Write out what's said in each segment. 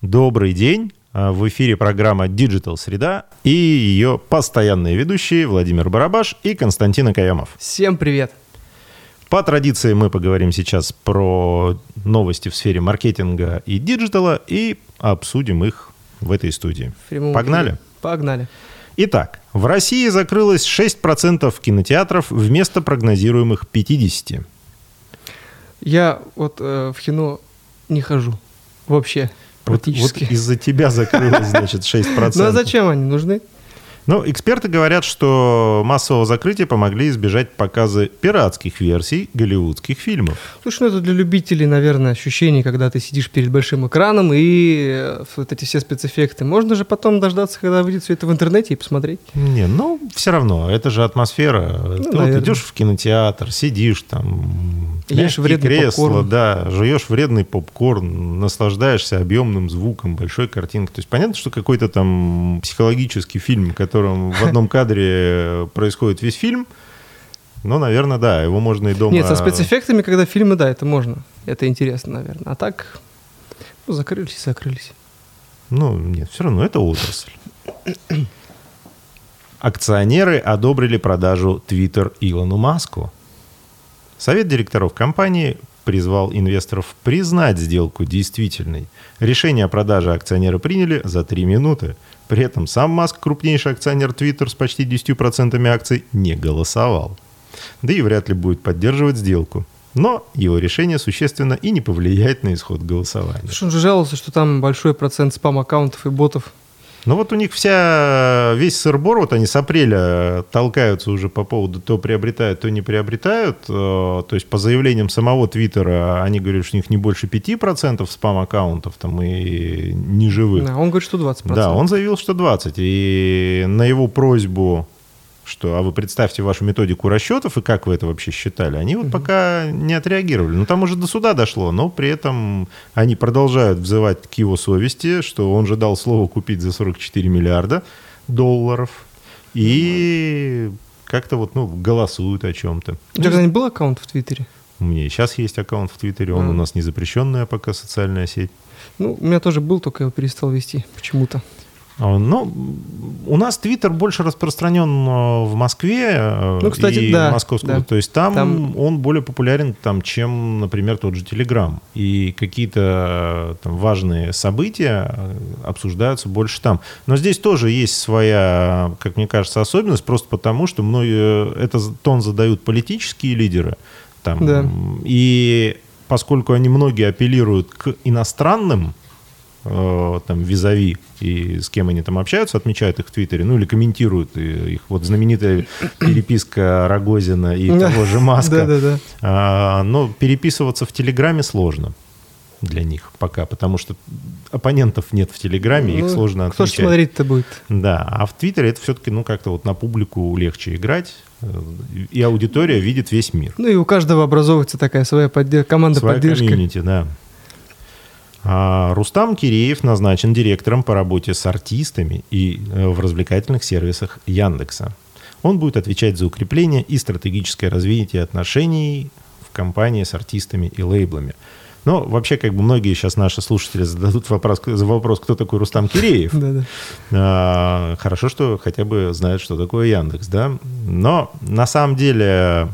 Добрый день. В эфире программа Digital Среда и ее постоянные ведущие Владимир Барабаш и Константин Акаемов. Всем привет! По традиции мы поговорим сейчас про новости в сфере маркетинга и диджитала и обсудим их в этой студии. Погнали? Погнали. Итак, в России закрылось 6% кинотеатров вместо прогнозируемых 50%. Я в кино не хожу вообще. Вот из-за тебя закрылось, значит, 6%. Ну а зачем они нужны? Ну, эксперты говорят, что массового закрытия помогли избежать показы пиратских версий голливудских фильмов. Слушай, ну это для любителей, наверное, ощущений, когда ты сидишь перед большим экраном и вот эти все спецэффекты. Можно же потом дождаться, когда выйдет все это в интернете и посмотреть. Не, ну все равно, это же атмосфера. Ты вот идешь в кинотеатр, сидишь там, ешь вредный кресло, попкорн. да, жуешь вредный попкорн, наслаждаешься объемным звуком, большой картинкой. То есть понятно, что какой-то там психологический фильм, в одном кадре происходит весь фильм, но, наверное, да, его можно и дома... Нет, со спецэффектами, когда фильмы, да, это можно. Это интересно, наверное. А так, закрылись. Ну, нет, все равно это отрасль. Акционеры одобрили продажу Twitter Илону Маску. Совет директоров компании призвал инвесторов признать сделку действительной. Решение о продаже акционеры приняли за 3 минуты. При этом сам Маск, крупнейший акционер Twitter с почти 10% акций, не голосовал. Да и вряд ли будет поддерживать сделку. Но его решение существенно и не повлияет на исход голосования. Слушай, он же жаловался, что там большой процент спам-аккаунтов и ботов. Ну вот у них весь сыр-бор, вот они с апреля толкаются уже по поводу то приобретают, то не приобретают. То есть по заявлениям самого Твиттера они говорят, что у них не больше 5% спам-аккаунтов там и неживых. Да, он говорит, что 20%. Да, он заявил, что 20%. И на его просьбу, что вы представьте вашу методику расчетов и как вы это вообще считали, они вот пока не отреагировали. Ну там уже до суда дошло, но при этом они продолжают взывать к его совести, что он же дал слово купить за $44 миллиарда и как-то голосуют о чем-то. У тебя когда-нибудь был аккаунт в Твиттере? У меня и сейчас есть аккаунт в Твиттере, он у нас не запрещенная пока социальная сеть. Ну, у меня тоже был, только я его перестал вести почему-то. Но у нас Твиттер больше распространен в Москве и московском. Да. То есть там он более популярен, чем, например, тот же Телеграм. И какие-то там важные события обсуждаются больше там. Но здесь тоже есть своя, как мне кажется, особенность, просто потому, что этот тон задают политические лидеры. И поскольку они многие апеллируют к иностранным визави, и с кем они там общаются, отмечают их в Твиттере, или комментируют их. Вот знаменитая переписка Рогозина и того же Маска. Но переписываться в Телеграме сложно для них пока, потому что оппонентов нет в Телеграме, их сложно отмечать. Кто же смотреть-то будет? Да, а в Твиттере это все-таки как-то на публику легче играть, и аудитория видит весь мир. Ну и у каждого образовывается такая своя команда поддержки. Своя комьюнити, да. Рустам Киреев назначен директором по работе с артистами и в развлекательных сервисах Яндекса. Он будет отвечать за укрепление и стратегическое развитие отношений в компании с артистами и лейблами. Но вообще, многие сейчас наши слушатели зададут вопрос, кто такой Рустам Киреев. Хорошо, что хотя бы знают, что такое Яндекс, да? Но на самом деле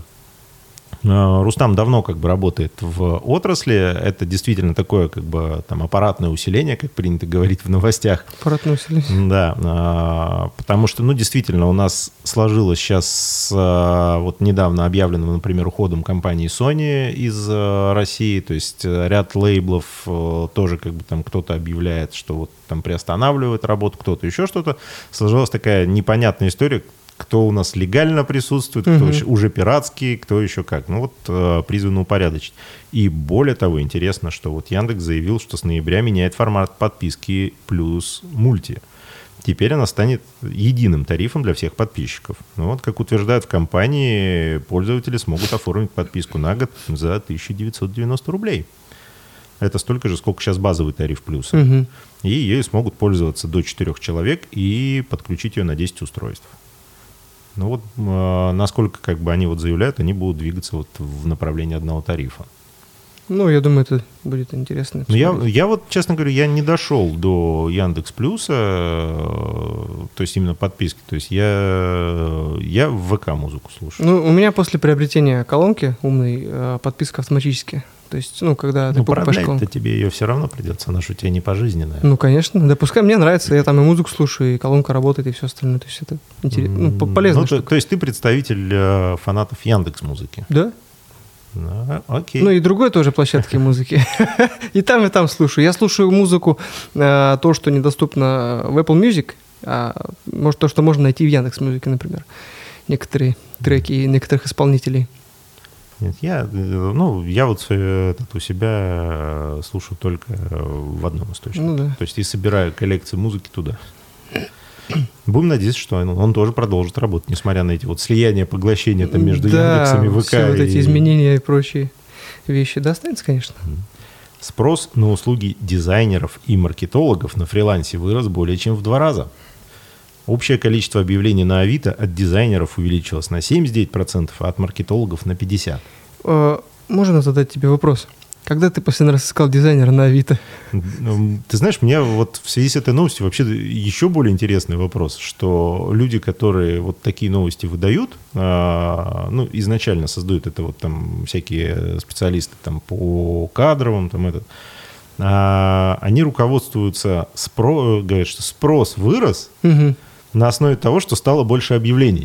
Рустам давно работает в отрасли. Это действительно такое аппаратное усиление, как принято говорить в новостях. Аппаратное усиление. Да, потому что, действительно, у нас сложилось сейчас с недавно объявленным, например, уходом компании Sony из России. То есть ряд лейблов тоже кто-то объявляет, что приостанавливает работу, кто-то еще что-то. Сложилась такая непонятная история, кто у нас легально присутствует, кто уже пиратский, кто еще как. Призвано упорядочить. И более того, интересно, что Яндекс заявил, что с ноября меняет формат подписки плюс мульти. Теперь она станет единым тарифом для всех подписчиков. Как утверждают в компании, пользователи смогут оформить подписку на год за 1990 рублей. Это столько же, сколько сейчас базовый тариф плюса. И ею смогут пользоваться до 4 человек и подключить ее на 10 устройств. Насколько они заявляют, они будут двигаться в направлении одного тарифа. Ну, я думаю, это будет интересно. Ну, я вот, честно говоря, я не дошел до Яндекс.Плюса, то есть именно подписки. То есть я в ВК музыку слушаю. Ну, у меня после приобретения колонки умной подписка автоматически. То есть, ну, когда ты покупаешь колонку. Продать-то тебе ее все равно придется, она же у тебя не пожизненная. Ну, конечно. Да пускай мне нравится, я там и музыку слушаю, и колонка работает, и все остальное. То есть это интересно, полезно. То есть ты представитель фанатов Яндекс.Музыки? Да. Окей. Ну и другой тоже площадки музыки. И там слушаю. Я слушаю музыку, то, что недоступно в Apple Music, может, то, что можно найти в Яндекс.Музыке, например. Некоторые треки некоторых исполнителей. Нет, я вот у себя слушаю только в одном источнике. Ну, да. То есть и собираю коллекции музыки туда. Будем надеяться, что он тоже продолжит работать, несмотря на эти вот слияния, поглощения там между Яндексом и ВК. Все вот эти изменения и прочие вещи. Да, останется, конечно. Спрос на услуги дизайнеров и маркетологов на фрилансе вырос более чем в 2 раза. Общее количество объявлений на Авито от дизайнеров увеличилось на 79%, а от маркетологов на 50%. Можно задать тебе вопрос? Когда ты последний раз искал дизайнера на Авито? Ты знаешь, мне вот в связи с этой новостью вообще еще более интересный вопрос, что люди, которые вот такие новости выдают, изначально создают это вот там всякие специалисты там по кадровым, там они руководствуются, говорят, что спрос вырос на основе того, что стало больше объявлений.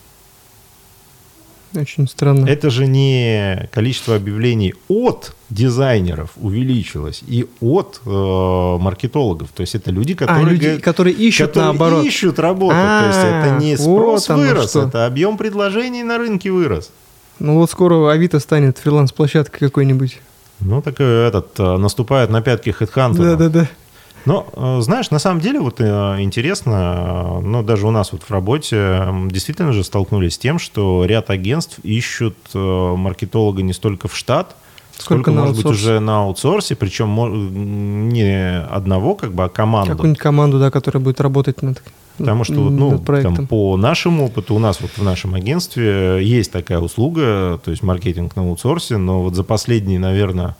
Очень странно. Это же не количество объявлений от дизайнеров увеличилось и от маркетологов. То есть это люди, которые ищут наоборот. Ищут работу. То есть это не спрос вырос, это объем предложений на рынке вырос. Ну вот скоро Авито станет фриланс-площадкой какой-нибудь. Ну так наступает на пятки хедхантеров. Да. Но, знаешь, на самом деле вот интересно, даже у нас вот в работе действительно же столкнулись с тем, что ряд агентств ищут маркетолога не столько в штат, сколько может быть, уже на аутсорсе, причем не одного, а команду. Какую-нибудь команду, да, которая будет работать над Потому что там, по нашему опыту, у нас вот в нашем агентстве есть такая услуга, то есть маркетинг на аутсорсе, но вот за последний, наверное,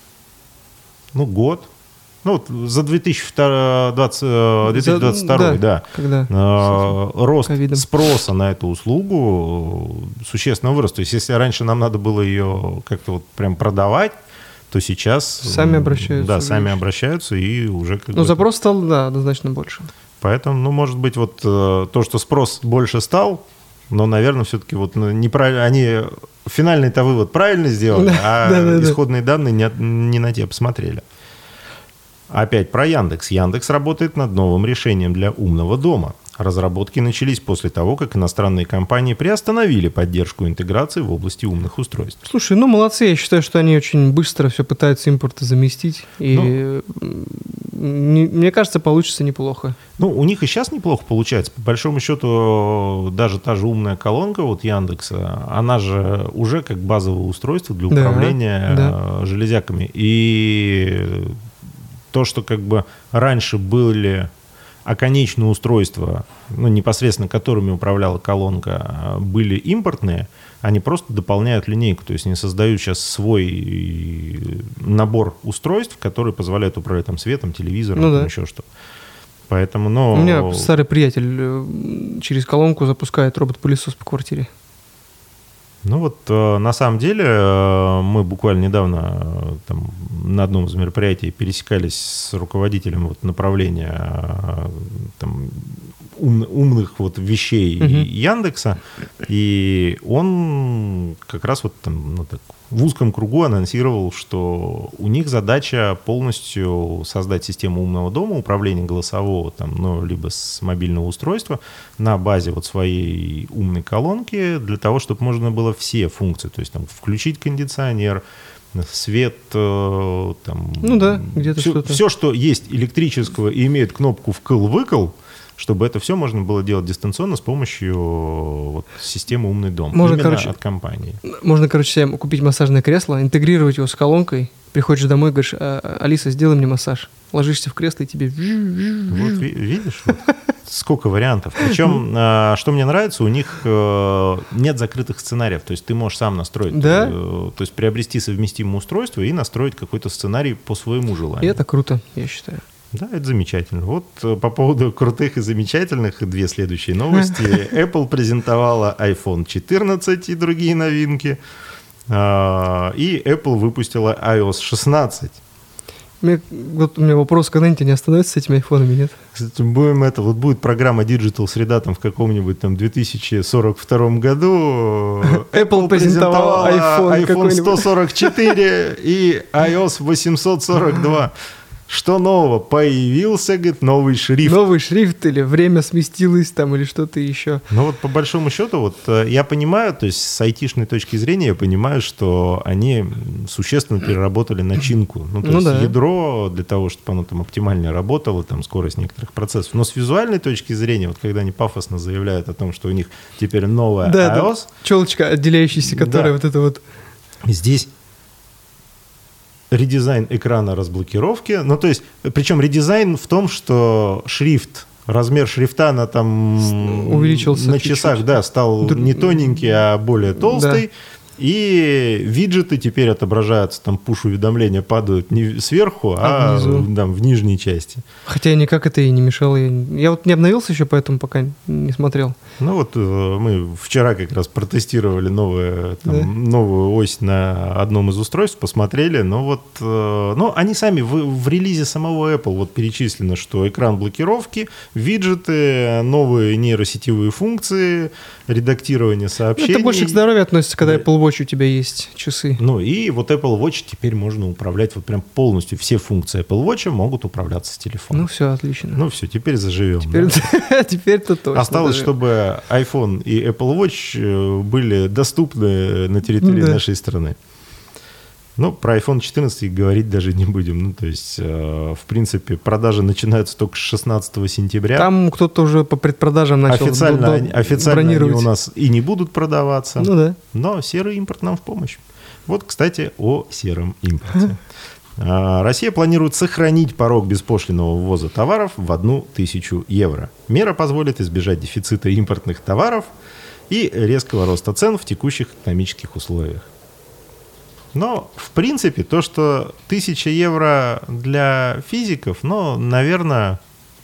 год, за 2022, да, когда рост спроса на эту услугу существенно вырос. То есть, если раньше нам надо было ее как-то вот прям продавать, то сейчас... Сами обращаются. Да, сами обращаются и уже... запрос стал, да, однозначно больше. Поэтому, может быть, вот то, что спрос больше стал, но, наверное, все-таки вот неправильно... Они финальный-то вывод правильно сделали, исходные данные не на те посмотрели. Опять про Яндекс. Яндекс работает над новым решением для умного дома. Разработки начались после того, как иностранные компании приостановили поддержку интеграции в области умных устройств. Слушай, молодцы. Я считаю, что они очень быстро все пытаются импорты заместить. И мне кажется, получится неплохо. У них и сейчас неплохо получается. По большому счету, даже та же умная колонка вот Яндекса, она же уже как базовое устройство для управления железяками. И то, что раньше были оконечные устройства, непосредственно которыми управляла колонка, были импортные, они просто дополняют линейку, то есть они создают сейчас свой набор устройств, которые позволяют управлять там светом, телевизором, еще что-то. Поэтому, У меня старый приятель через колонку запускает робот-пылесос по квартире. На самом деле, мы буквально недавно на одном из мероприятий пересекались с руководителем направления умных вещей Яндекса, и он как раз в узком кругу анонсировал, что у них задача полностью создать систему умного дома, управления голосового, либо с мобильного устройства на базе своей умной колонки, для того, чтобы можно было все функции, то есть включить кондиционер, свет, где-то что-то. Все, что есть электрического и имеет кнопку вкл-выкл, чтобы это все можно было делать дистанционно с помощью вот системы «Умный дом». Можно, именно короче, от компании. Можно, себе купить массажное кресло, интегрировать его с колонкой, приходишь домой, говоришь: Алиса, сделай мне массаж. Ложишься в кресло и тебе... Вот видишь, вот сколько вариантов. Причем, что мне нравится, у них нет закрытых сценариев. То есть ты можешь сам настроить, да? То есть приобрести совместимое устройство и настроить какой-то сценарий по своему желанию. И это круто, я считаю. Да, это замечательно. Вот по поводу крутых и замечательных две следующие новости. Apple презентовала iPhone 14 и другие новинки. И Apple выпустила iOS 16. У меня вопрос, когда-нибудь не остановится с этими айфонами, нет? Кстати, вот будет программа Digital Среда там в каком-нибудь там 2042 году. Apple презентовала iPhone 144 и iOS 842. Что нового? Появился, говорит, новый шрифт. Новый шрифт или время сместилось там, или что-то еще. Ну вот по большому счету, вот я понимаю, то есть с айтишной точки зрения я понимаю, что они существенно переработали начинку. Ну, то есть ядро для того, чтобы оно там оптимально работало, там скорость некоторых процессов. Но с визуальной точки зрения, вот когда они пафосно заявляют о том, что у них теперь новая iOS. Да, челочка, отделяющаяся, которая вот это вот. Здесь редизайн экрана разблокировки. Ну, то есть, причем редизайн в том, что размер шрифта увеличился на часах, чуть-чуть. Да, стал не тоненький, а более толстый. Да. И виджеты теперь отображаются, там пуш-уведомления падают не сверху, а в нижней части. Хотя никак это и не мешало. Я вот не обновился еще, поэтому пока не смотрел. Ну вот мы вчера как раз протестировали новую ось на одном из устройств, посмотрели, но они сами в релизе самого Apple вот перечислено, что экран блокировки, виджеты, новые нейросетевые функции, редактирование сообщений. Это больше к здоровью относится, когда Apple Watch у тебя есть часы. Ну и вот Apple Watch теперь можно управлять вот прям полностью. Все функции Apple Watch могут управляться с телефона. Ну все, отлично. Ну все, теперь заживем. Теперь-то точно. Осталось, чтобы iPhone и Apple Watch были доступны на территории нашей страны. Ну, про iPhone 14 говорить даже не будем. Ну, то есть, в принципе, продажи начинаются только с 16 сентября. Там кто-то уже по предпродажам начал официально они у нас и не будут продаваться. Ну да. Но серый импорт нам в помощь. Вот, кстати, о сером импорте. Россия планирует сохранить порог беспошлинного ввоза товаров в 1000 евро. Мера позволит избежать дефицита импортных товаров и резкого роста цен в текущих экономических условиях. Но, в принципе, то, что 1000 евро для физиков, наверное,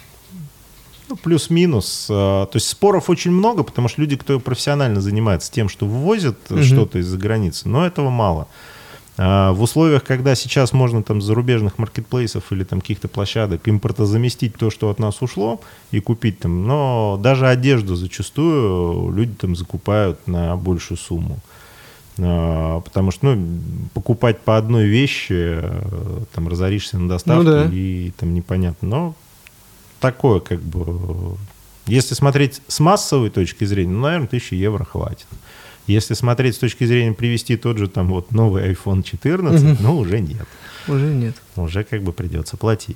плюс-минус. То есть споров очень много, потому что люди, кто профессионально занимается тем, что ввозят что-то из-за границы, но этого мало. В условиях, когда сейчас можно там с зарубежных маркетплейсов или там каких-то площадок импортозаместить то, что от нас ушло, и купить там, но даже одежду зачастую люди там закупают на большую сумму. Потому что, покупать по одной вещи, там, разоришься на доставке, и там непонятно. Но такое, как бы, если смотреть с массовой точки зрения, наверное, 1000 евро хватит. Если смотреть с точки зрения привезти тот же там вот новый iPhone 14, уже нет. Уже нет. Уже как бы придется платить.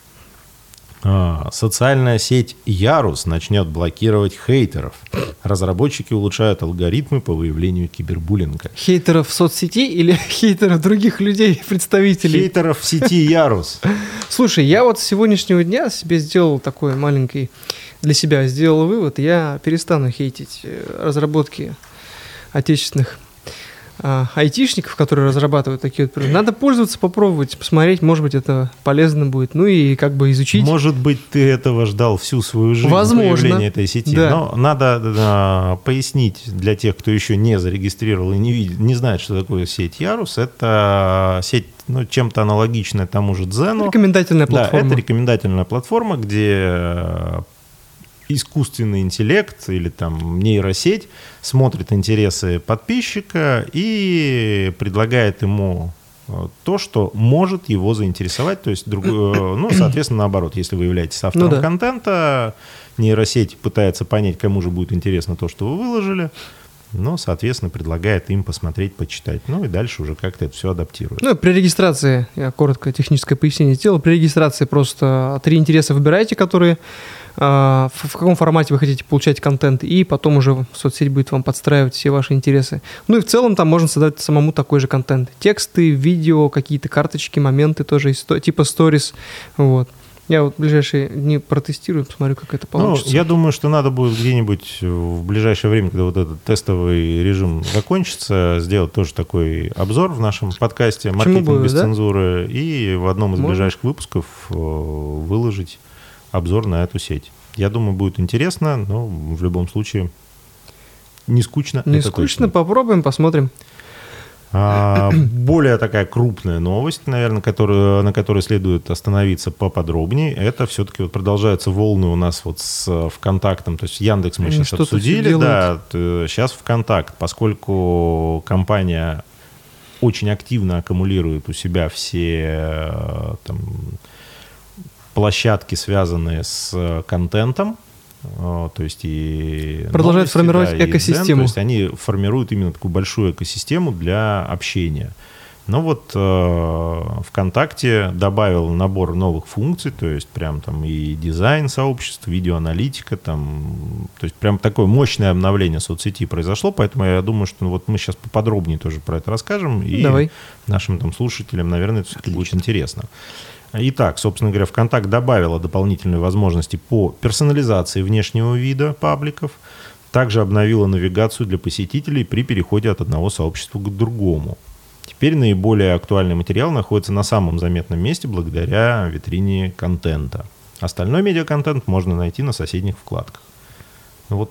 Социальная сеть Ярус начнет блокировать хейтеров. Разработчики улучшают алгоритмы по выявлению кибербуллинга. Хейтеров в соцсети или хейтеров других людей, представителей? Хейтеров в сети Ярус. Слушай, я вот с сегодняшнего дня себе сделал такой маленький, для себя сделал вывод. Я перестану хейтить разработки отечественных айтишников, которые разрабатывают такие вот. Надо пользоваться, попробовать, посмотреть, может быть, это полезно будет. Ну и как бы изучить. Может быть, ты этого ждал всю свою жизнь, появления этой сети. Да. Но надо пояснить для тех, кто еще не зарегистрировал и не знает, что такое сеть Ярус. Это сеть, чем-то аналогичная тому же Дзену. Рекомендательная платформа. Да, это рекомендательная платформа, где искусственный интеллект или там нейросеть смотрит интересы подписчика и предлагает ему то, что может его заинтересовать. То есть, соответственно, наоборот, если вы являетесь автором контента, нейросеть пытается понять, кому же будет интересно то, что вы выложили. но, соответственно, предлагает им посмотреть, почитать. Ну и дальше уже как-то это все адаптирует. Ну, при регистрации, я коротко техническое пояснение сделал, при регистрации просто 3 интереса выбираете, которые, в каком формате вы хотите получать контент, и потом уже соцсеть будет вам подстраивать все ваши интересы. Ну и в целом там можно создать самому такой же контент. Тексты, видео, какие-то карточки, моменты тоже, типа stories, вот. Я вот в ближайшие дни протестирую, посмотрю, как это получится. Ну, я думаю, что надо будет где-нибудь в ближайшее время, когда вот этот тестовый режим закончится, сделать тоже такой обзор в нашем подкасте «Маркетинг без цензуры» и в одном из ближайших выпусков выложить обзор на эту сеть. Я думаю, будет интересно, но в любом случае не скучно. Не скучно, попробуем, посмотрим. Более такая крупная новость, наверное, на которой следует остановиться поподробнее, это все-таки вот продолжаются волны у нас вот с ВКонтактом, то есть Яндекс мы сейчас обсудили, да, сейчас ВКонтакт, поскольку компания очень активно аккумулирует у себя все там площадки, связанные с контентом, то есть и продолжают формировать экосистему. Zen, то есть они формируют именно такую большую экосистему для общения. Но вот ВКонтакте добавил набор новых функций, то есть прям там и дизайн сообществ, видеоаналитика, там, то есть прям такое мощное обновление соцсети произошло, поэтому я думаю, что вот мы сейчас поподробнее тоже про это расскажем, и нашим там слушателям, наверное, это все-таки будет интересно. Итак, собственно говоря, ВКонтакт добавила дополнительные возможности по персонализации внешнего вида пабликов, также обновила навигацию для посетителей при переходе от одного сообщества к другому. Теперь наиболее актуальный материал находится на самом заметном месте благодаря витрине контента. Остальной медиаконтент можно найти на соседних вкладках. Вот,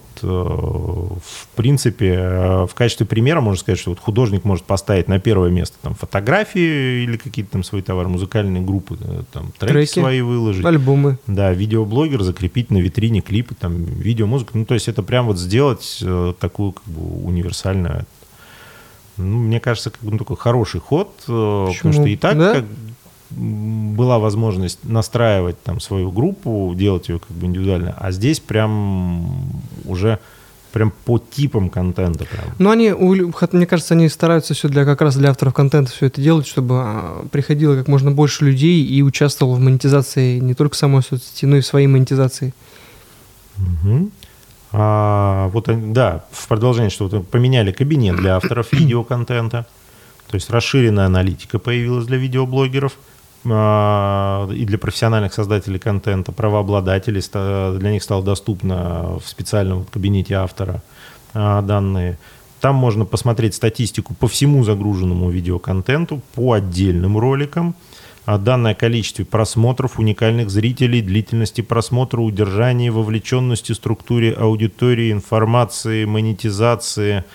в принципе, в качестве примера можно сказать, что вот художник может поставить на первое место там, фотографии или какие-то там свои товары, музыкальные группы, там, треки свои выложить. Альбомы. Да, видеоблогер закрепить на витрине клипы, там, видеомузыку. Ну, то есть это прям вот сделать такую как бы универсальную... Ну, мне кажется, как бы такой хороший ход, потому что и так как была возможность настраивать там свою группу, делать ее как бы индивидуально, а здесь прям уже прям по типам контента. Прям. Ну, они, мне кажется, они стараются все как раз для авторов контента все это делать, чтобы приходило как можно больше людей и участвовало в монетизации не только самой соцсети, но и в своей монетизации. Угу. Вот, да, в продолжение, что вот поменяли кабинет для авторов видеоконтента, то есть расширенная аналитика появилась для видеоблогеров и для профессиональных создателей контента, правообладателей, для них стало доступно в специальном кабинете автора данные. Там можно посмотреть статистику по всему загруженному видеоконтенту, по отдельным роликам, данное о количестве просмотров, уникальных зрителей, длительности просмотра, удержании, вовлеченности, структуре аудитории, информации, монетизации.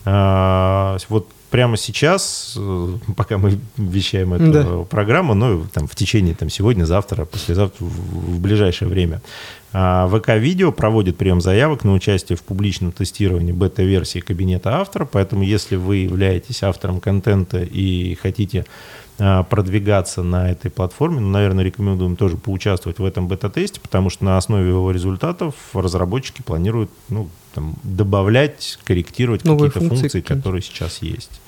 Вот прямо сейчас, пока мы вещаем эту программу, ну, там, в течение там, сегодня, завтра, послезавтра, в ближайшее время, ВК-видео проводит прием заявок на участие в публичном тестировании бета-версии кабинета автора, поэтому если вы являетесь автором контента и хотите продвигаться на этой платформе, ну, наверное, рекомендуем тоже поучаствовать в этом бета-тесте, потому что на основе его результатов разработчики планируют там, добавлять, корректировать какие-то функции, которые сейчас есть.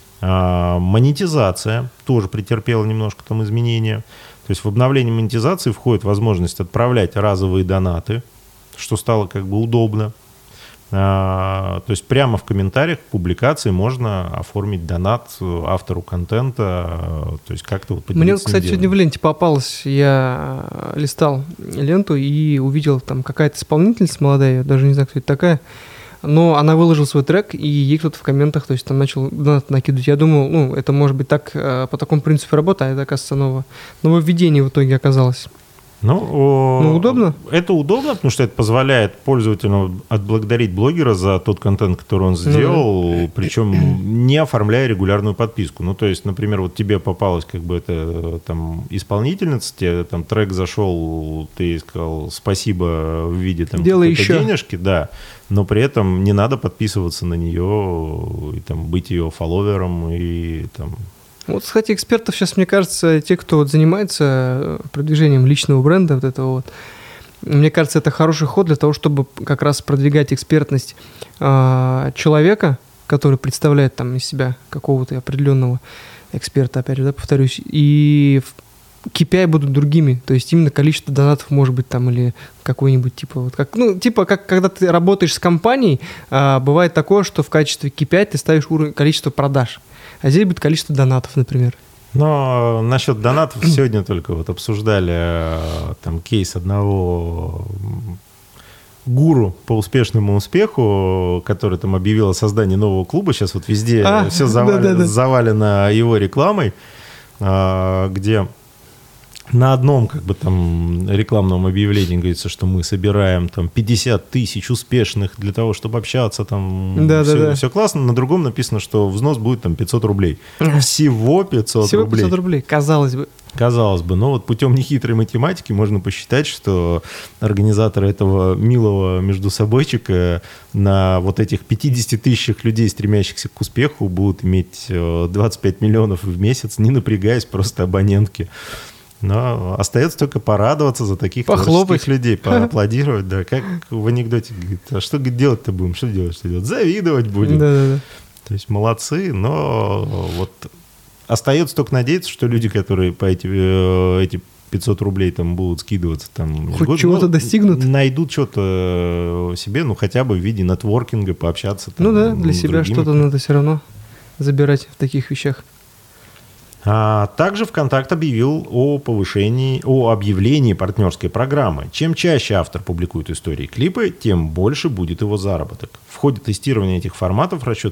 Монетизация тоже претерпела немножко там изменения. То есть в обновлении монетизации входит возможность отправлять разовые донаты, что стало как бы удобно. То есть прямо в комментариях к публикации можно оформить донат автору контента, то есть как-то вот поделиться. Мне, кстати, сегодня в ленте попалось, я листал ленту и увидел там какая-то исполнительница молодая, я даже не знаю, кто это такая, но она выложила свой трек, и ей кто-то в комментах, то есть там начал донат накидывать. Я думал, это может быть так, по такому принципу работа, а это, оказывается, нововведение в итоге оказалось. Удобно? Это удобно, потому что это позволяет пользователю отблагодарить блогера за тот контент, который он сделал, причем не оформляя регулярную подписку. Ну, то есть, например, вот тебе попалась как бы это там исполнительница, тебе там трек зашел, ты сказал спасибо в виде там какой-то денежки, да, но при этом не надо подписываться на нее и там быть ее фолловером и там... Вот, кстати, экспертов сейчас, мне кажется, те, кто вот занимается продвижением личного бренда, вот этого вот, Мне кажется, это хороший ход для того, чтобы как раз продвигать экспертность человека, который представляет там из себя какого-то определенного эксперта, опять же, да, повторюсь, и KPI будут другими, то есть именно количество донатов может быть там или какой-нибудь типа вот как, ну типа как когда ты работаешь с компанией, бывает такое, что в качестве KPI ты ставишь уровень количества продаж, а здесь будет количество донатов, например. Но насчет донатов сегодня только вот обсуждали там кейс одного гуру по успешному успеху, который там объявил о создании нового клуба. Сейчас вот везде все завалено его рекламой, где на одном как бы там рекламном объявлении говорится, что мы собираем там 50 тысяч успешных для того, чтобы общаться там. Все классно. На другом написано, что взнос будет там 500 рублей. Всего 500 рублей. Всего 500 рублей, казалось бы. Казалось бы, но вот путем нехитрой математики можно посчитать, что организаторы этого милого междусобойчика на вот этих 50 тысячах людей, стремящихся к успеху, будут иметь 25 миллионов в месяц, не напрягаясь, просто абонентки. Но остается только порадоваться за таких творческих людей, поаплодировать, да, как в анекдоте говорит, а что делать-то будем, что делать? Завидовать будем. Да. То есть молодцы, но вот остается только надеяться, что люди, которые по эти 500 рублей там будут скидываться, там хоть чего-то достигнут, найдут что-то себе, ну хотя бы в виде нетворкинга, пообщаться. Там, ну да, для себя что-то надо все равно забирать в таких вещах. Также ВКонтакт объявил о объявлении партнерской программы. Чем чаще автор публикует истории и клипы, тем больше будет его заработок. В ходе тестирования этих форматов расчета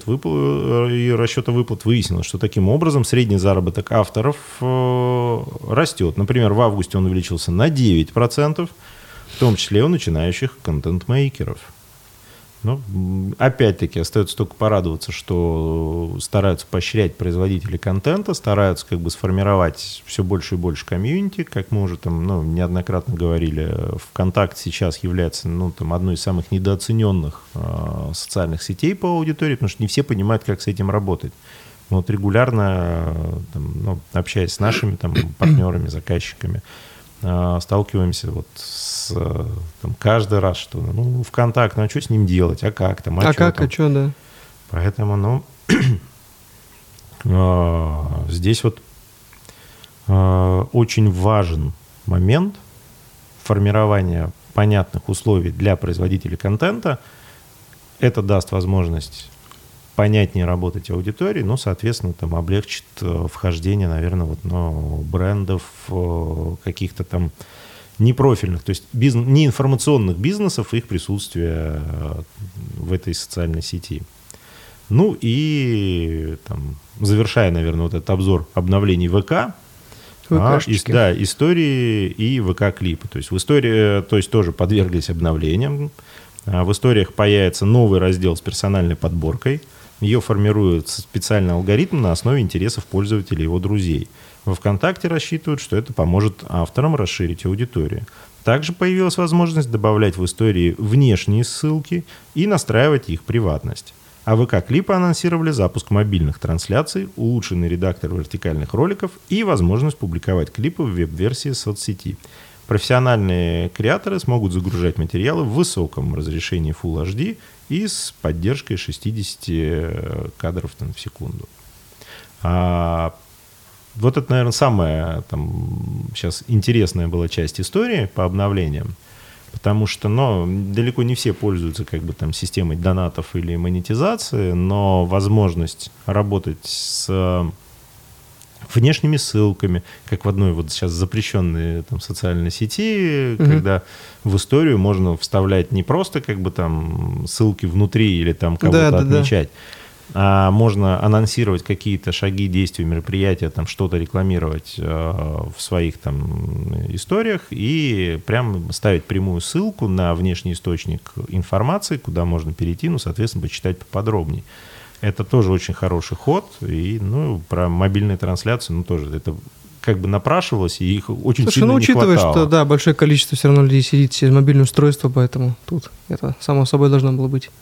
выплат выяснилось, что таким образом средний заработок авторов растет. Например, в августе он увеличился на 9%, в том числе у начинающих контент-мейкеров. Но, опять-таки, остается только порадоваться, что стараются поощрять производителей контента, стараются как бы сформировать все больше и больше комьюнити, как мы уже там, неоднократно говорили, ВКонтакте сейчас является одной из самых недооцененных социальных сетей по аудитории, потому что не все понимают, как с этим работать. Мы вот регулярно, общаясь с нашими партнерами, заказчиками, сталкиваемся вот с каждый раз, что ВКонтакте, а что с ним делать, а как там, а что, да. Поэтому, здесь вот очень важен момент формирования понятных условий для производителей контента. Это даст возможность понятнее работать аудитории, соответственно, облегчит вхождение, наверное, брендов, каких-то там непрофильных, то есть неинформационных бизнесов, их присутствие в этой социальной сети. Ну и завершая, наверное, вот этот обзор обновлений ВК, истории и ВК-клипы. То есть в истории тоже подверглись обновлениям. В историях появится новый раздел с персональной подборкой. Ее формирует специальный алгоритм на основе интересов пользователя и его друзей. Во ВКонтакте рассчитывают, что это поможет авторам расширить аудиторию. Также появилась возможность добавлять в истории внешние ссылки и настраивать их приватность. А ВК-клипы анонсировали запуск мобильных трансляций, улучшенный редактор вертикальных роликов и возможность публиковать клипы в веб-версии соцсети. Профессиональные креаторы смогут загружать материалы в высоком разрешении Full HD и с поддержкой 60 кадров в секунду. Вот это, наверное, самая сейчас интересная была часть истории по обновлениям, потому что далеко не все пользуются системой донатов или монетизации, но возможность работать с внешними ссылками, как в одной вот сейчас запрещенной социальной сети, когда в историю можно вставлять не просто ссылки внутри или кого-то отмечать, а можно анонсировать какие-то шаги, действия, мероприятия, что-то рекламировать в своих историях и прям ставить прямую ссылку на внешний источник информации, куда можно перейти, соответственно, почитать поподробнее. Это тоже очень хороший ход. И, про мобильные трансляции, тоже это напрашивалось, и их очень сильно не хватало. Учитывая, что, большое количество все равно людей сидит через мобильное устройство, поэтому тут это само собой должно было быть.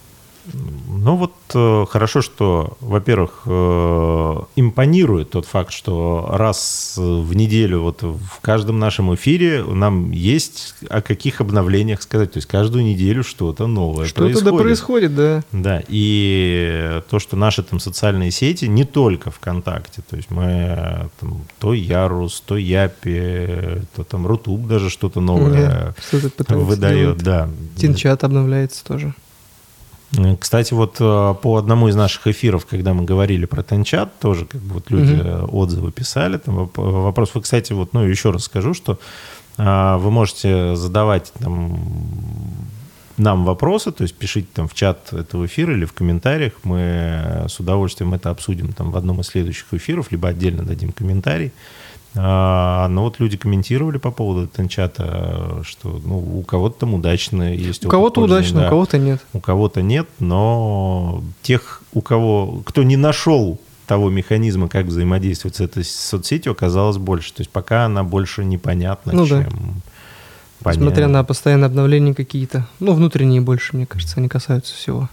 Ну вот хорошо, что, во-первых, импонирует тот факт, что раз в неделю вот в каждом нашем эфире нам есть о каких обновлениях сказать. То есть каждую неделю что-то новое происходит. Что-то да происходит, да. Да, и то, что наши там социальные сети, не только ВКонтакте, то есть мы там то Ярус, то Япи, то там Рутуб даже что-то новое выдает. Да. Тинчат обновляется тоже. Кстати, вот по одному из наших эфиров, когда мы говорили про Тенчат, тоже как бы вот люди отзывы писали. Там вопрос, вы, кстати, вот, ну, еще раз скажу, что вы можете задавать там нам вопросы, то есть пишите там в чат этого эфира или в комментариях, мы с удовольствием это обсудим там в одном из следующих эфиров, либо отдельно дадим комментарий. Но вот люди комментировали по поводу Тенчата, что ну, у кого-то там удачно есть. У кого-то удачно, да. У кого-то нет. У кого-то нет, но тех, кто не нашел того механизма, как взаимодействовать с этой соцсетью, оказалось больше. То есть пока она больше непонятна, ну, чем да. понятно. Несмотря на постоянные обновления какие-то. Ну, внутренние больше, мне кажется, они касаются всего.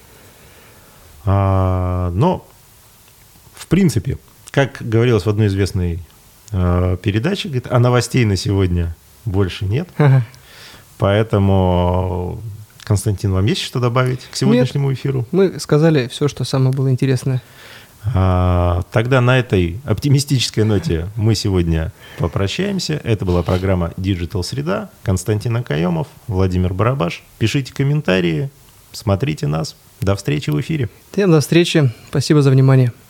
Но, в принципе, как говорилось в одной известной передаче, говорит, а новостей на сегодня больше нет. Ага. Поэтому, Константин, вам есть что добавить к сегодняшнему эфиру? Мы сказали все, что самое было интересное. Тогда на этой оптимистической ноте мы сегодня попрощаемся. Это была программа Digital Среда. Константин Акаемов, Владимир Барабаш. Пишите комментарии, смотрите нас. До встречи в эфире. До встречи. Спасибо за внимание.